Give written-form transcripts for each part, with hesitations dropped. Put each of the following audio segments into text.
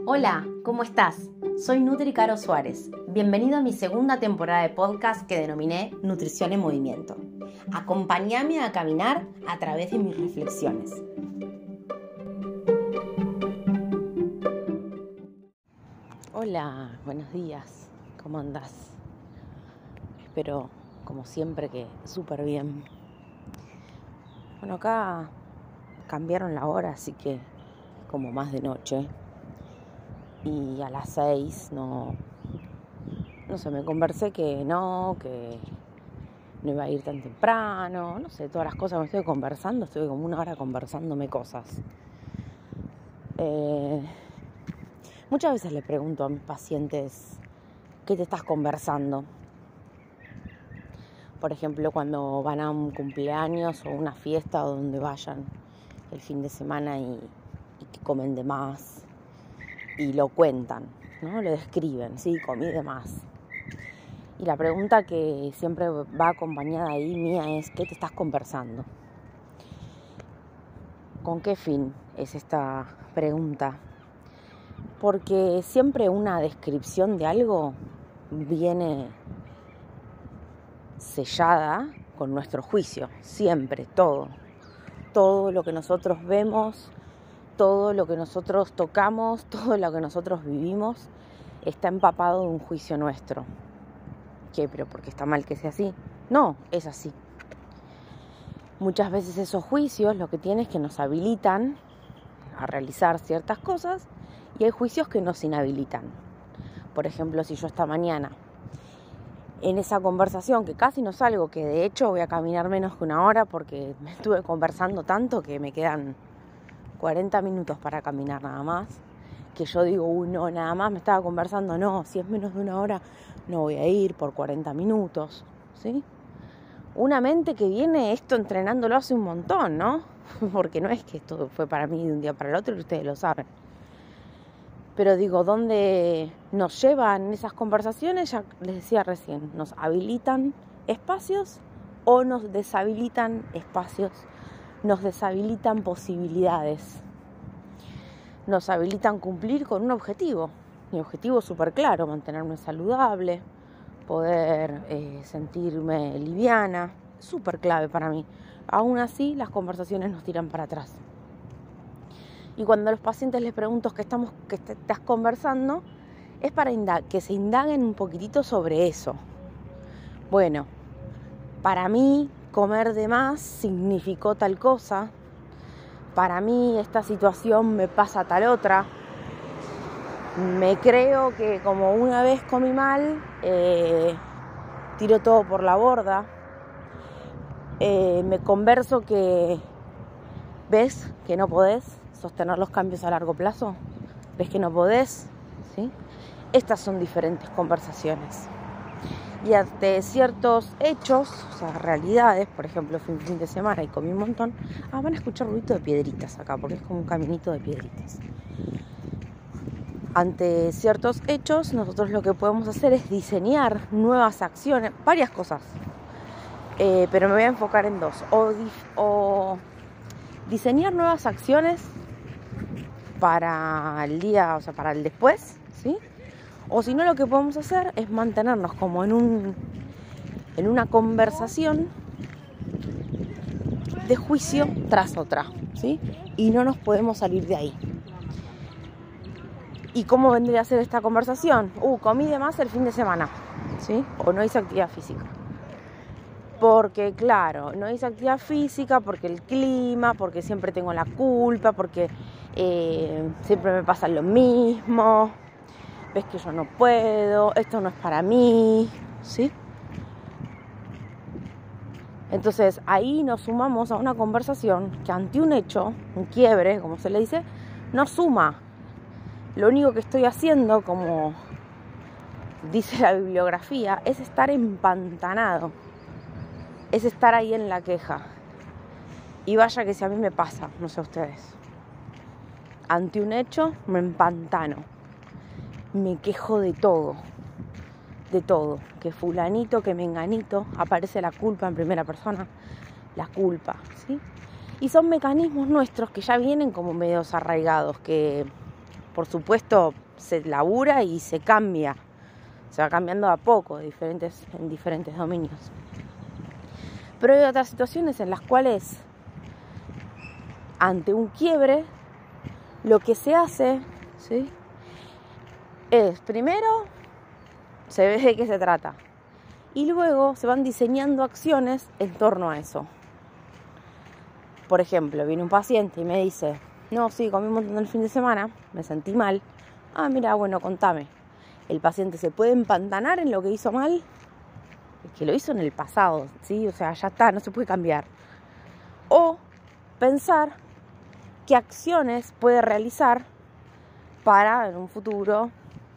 Hola, ¿cómo estás? Soy Nutri Caro Suárez. Bienvenido a mi segunda temporada de podcast que denominé Nutrición en Movimiento. Acompáñame a caminar a través de mis reflexiones. Hola, buenos días. ¿Cómo andás? Espero, como siempre, que súper bien. Bueno, acá cambiaron la hora, así que como más de noche. Y a las 6 no sé, me conversé que no iba a ir tan temprano, no sé, todas las cosas me estoy conversando, estoy como una hora conversándome cosas. Muchas veces le pregunto a mis pacientes, ¿qué te estás conversando? Por ejemplo, cuando van a un cumpleaños o una fiesta o donde vayan el fin de semana y que comen de más. Y lo cuentan, ¿no? Lo describen, sí, comí de más. Y la pregunta que siempre va acompañada ahí mía es, ¿qué te estás conversando? ¿Con qué fin es esta pregunta? Porque siempre una descripción de algo viene sellada con nuestro juicio, siempre, todo lo que nosotros vemos, todo lo que nosotros tocamos, todo lo que nosotros vivimos está empapado de un juicio nuestro. ¿Qué? ¿Pero porque está mal que sea así? No, es así. Muchas veces esos juicios lo que tienen es que nos habilitan a realizar ciertas cosas y hay juicios que nos inhabilitan. Por ejemplo, si yo esta mañana en esa conversación que casi no salgo, que de hecho voy a caminar menos que una hora porque me estuve conversando tanto que me quedan 40 minutos para caminar nada más, que yo digo, no, nada más me estaba conversando, no, si es menos de una hora no voy a ir por 40 minutos, ¿sí? Una mente que viene esto entrenándolo hace un montón, ¿no? Porque no es que esto fue para mí de un día para el otro y ustedes lo saben. Pero digo, ¿dónde nos llevan esas conversaciones? Ya les decía recién, ¿nos habilitan espacios o nos deshabilitan espacios? Nos deshabilitan posibilidades, nos habilitan cumplir con un objetivo. Mi objetivo es súper claro, mantenerme saludable, poder sentirme liviana, súper clave para mí. Aún así, las conversaciones nos tiran para atrás. Y cuando a los pacientes les pregunto qué estás conversando, es para que se indaguen un poquitito sobre eso. Bueno, para mí comer de más significó tal cosa, para mí esta situación me pasa tal otra, me creo que como una vez comí mal, tiro todo por la borda, me converso que ves que no podés sostener los cambios a largo plazo, ves que no podés, ¿sí? Estas son diferentes conversaciones. Y ante ciertos hechos, o sea, realidades, por ejemplo, fui un fin de semana y comí un montón. Van a escuchar ruido de piedritas acá, porque es como un caminito de piedritas. Ante ciertos hechos, nosotros lo que podemos hacer es diseñar nuevas acciones, varias cosas. Pero me voy a enfocar en dos. O diseñar nuevas acciones para el día, o sea, para el después, ¿sí? O si no, lo que podemos hacer es mantenernos como en una conversación de juicio tras otra, ¿sí? Y no nos podemos salir de ahí. ¿Y cómo vendría a ser esta conversación? Comí de más el fin de semana, ¿sí? O no hice actividad física. Porque, claro, no hice actividad física porque el clima, porque siempre tengo la culpa, porque siempre me pasa lo mismo. Ves que yo no puedo, esto no es para mí, ¿sí? Entonces ahí nos sumamos a una conversación que ante un hecho, un quiebre, como se le dice, no suma. Lo único que estoy haciendo, como dice la bibliografía, es estar empantanado, es estar ahí en la queja. Y vaya que si a mí me pasa, no sé a ustedes. Ante un hecho me empantano. Me quejo de todo, que fulanito, que menganito, aparece la culpa en primera persona, la culpa, ¿sí? Y son mecanismos nuestros que ya vienen como medios arraigados, que por supuesto se labura y se cambia, se va cambiando a poco en diferentes dominios. Pero hay otras situaciones en las cuales ante un quiebre lo que se hace, ¿sí?, es primero se ve de qué se trata y luego se van diseñando acciones en torno a eso. Por ejemplo, viene un paciente y me dice: no, sí, comí un montón el fin de semana, me sentí mal. Ah, mira, bueno, contame. ¿El paciente se puede empantanar en lo que hizo mal? Que lo hizo en el pasado, ¿sí? O sea, ya está, no se puede cambiar. O pensar qué acciones puede realizar para en un futuro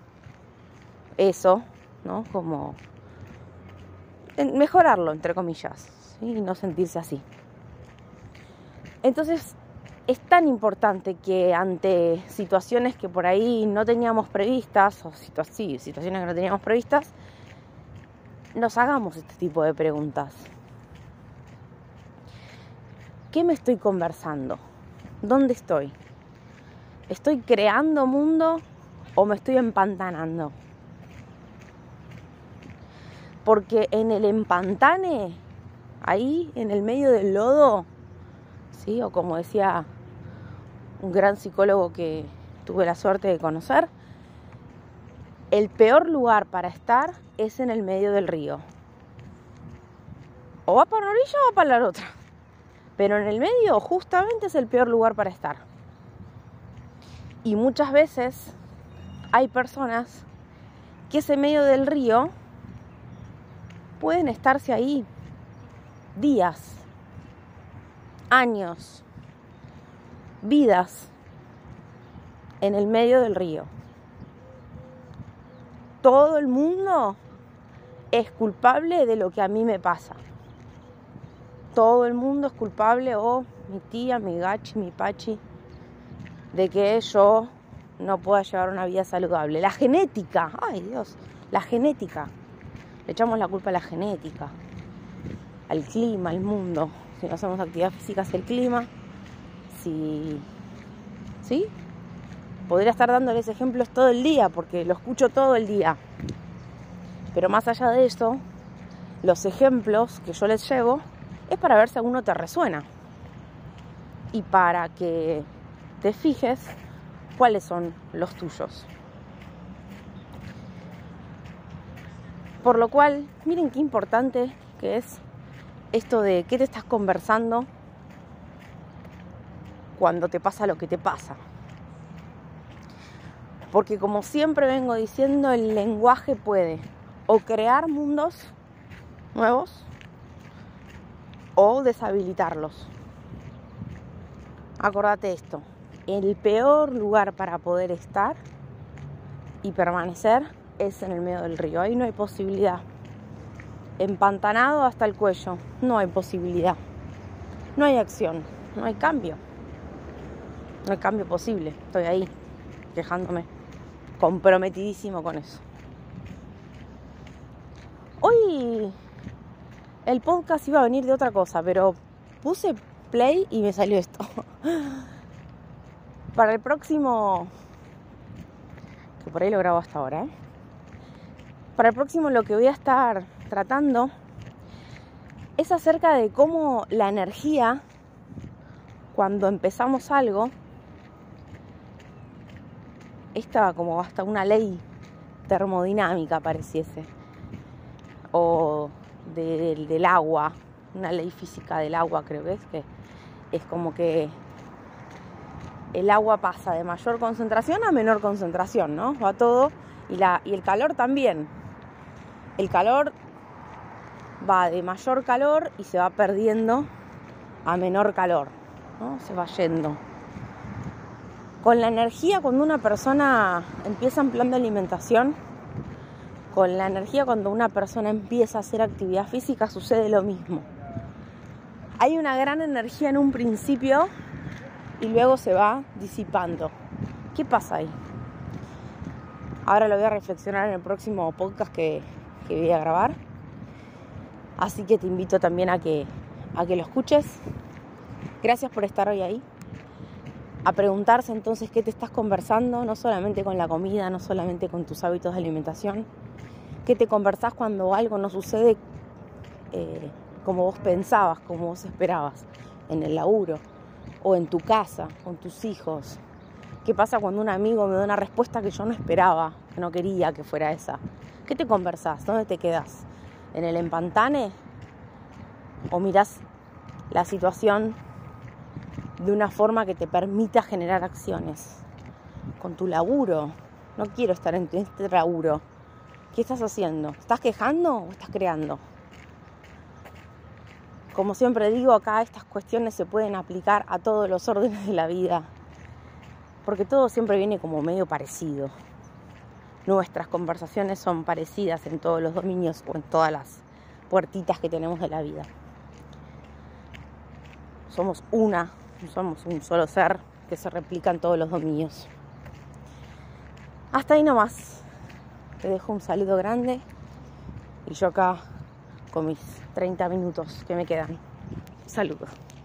eso, ¿no? Como mejorarlo, entre comillas, ¿sí? Y no sentirse así. Entonces, es tan importante que ante situaciones que por ahí no teníamos previstas, o situaciones que no teníamos previstas, nos hagamos este tipo de preguntas. ¿Qué me estoy conversando? ¿Dónde estoy? ¿Estoy creando mundo o me estoy empantanando? Porque en el empantane, ahí en el medio del lodo, ¿sí?, o como decía un gran psicólogo que tuve la suerte de conocer, el peor lugar para estar es en el medio del río. O va para una orilla o va para la otra. Pero en el medio justamente es el peor lugar para estar. Y muchas veces hay personas que ese medio del río pueden estarse ahí días, años, vidas en el medio del río. Todo el mundo es culpable de lo que a mí me pasa. Todo el mundo es culpable, o mi tía, mi gachi, mi pachi, de que yo no pueda llevar una vida saludable. La genética, ay Dios, la genética. Le echamos la culpa a la genética, al clima, al mundo. Si no hacemos actividad física es el clima. ¿Sí? Podría estar dándoles ejemplos todo el día porque lo escucho todo el día. Pero más allá de eso, los ejemplos que yo les llevo es para ver si alguno te resuena y para que te fijes cuáles son los tuyos. Por lo cual, miren qué importante que es esto de qué te estás conversando cuando te pasa lo que te pasa. Porque como siempre vengo diciendo, el lenguaje puede o crear mundos nuevos o deshabilitarlos. Acordate esto, el peor lugar para poder estar y permanecer es en el medio del río. Ahí no hay posibilidad. Empantanado hasta el cuello, no hay posibilidad. No hay acción, no hay cambio. No hay cambio posible. Estoy ahí, quejándome, comprometidísimo con eso. Hoy el podcast iba a venir de otra cosa, pero puse play y me salió esto. Para el próximo, que por ahí lo grabo hasta ahora, para el próximo lo que voy a estar tratando es acerca de cómo la energía, cuando empezamos algo, esta como hasta una ley termodinámica pareciese, o del agua, una ley física del agua creo que es como que el agua pasa de mayor concentración a menor concentración, ¿no? Va todo, y el calor también. El calor va de mayor calor y se va perdiendo a menor calor, ¿no? Se va yendo. Con la energía, cuando una persona empieza un plan de alimentación, con la energía cuando una persona empieza a hacer actividad física, sucede lo mismo. Hay una gran energía en un principio y luego se va disipando. ¿Qué pasa ahí? Ahora lo voy a reflexionar en el próximo podcast que voy a grabar. Así que te invito también a que lo escuches. Gracias por estar hoy ahí. a preguntarse entonces qué te estás conversando, no solamente con la comida, no solamente con tus hábitos de alimentación, qué te conversás cuando algo no sucede como vos pensabas, como vos esperabas, en el laburo o en tu casa, con tus hijos. ¿Qué pasa cuando un amigo me da una respuesta que yo no esperaba, que no quería que fuera esa? ¿Qué te conversás? ¿Dónde te quedás? ¿En el empantane? ¿O mirás la situación de una forma que te permita generar acciones? Con tu laburo. No quiero estar en este laburo. ¿Qué estás haciendo? ¿Estás quejando o estás creando? Como siempre digo, acá estas cuestiones se pueden aplicar a todos los órdenes de la vida, porque todo siempre viene como medio parecido. Nuestras conversaciones son parecidas en todos los dominios o en todas las puertitas que tenemos de la vida. Somos un solo ser que se replica en todos los dominios. Hasta ahí nomás. Te dejo un saludo grande y yo acá con mis 30 minutos que me quedan. Saludos.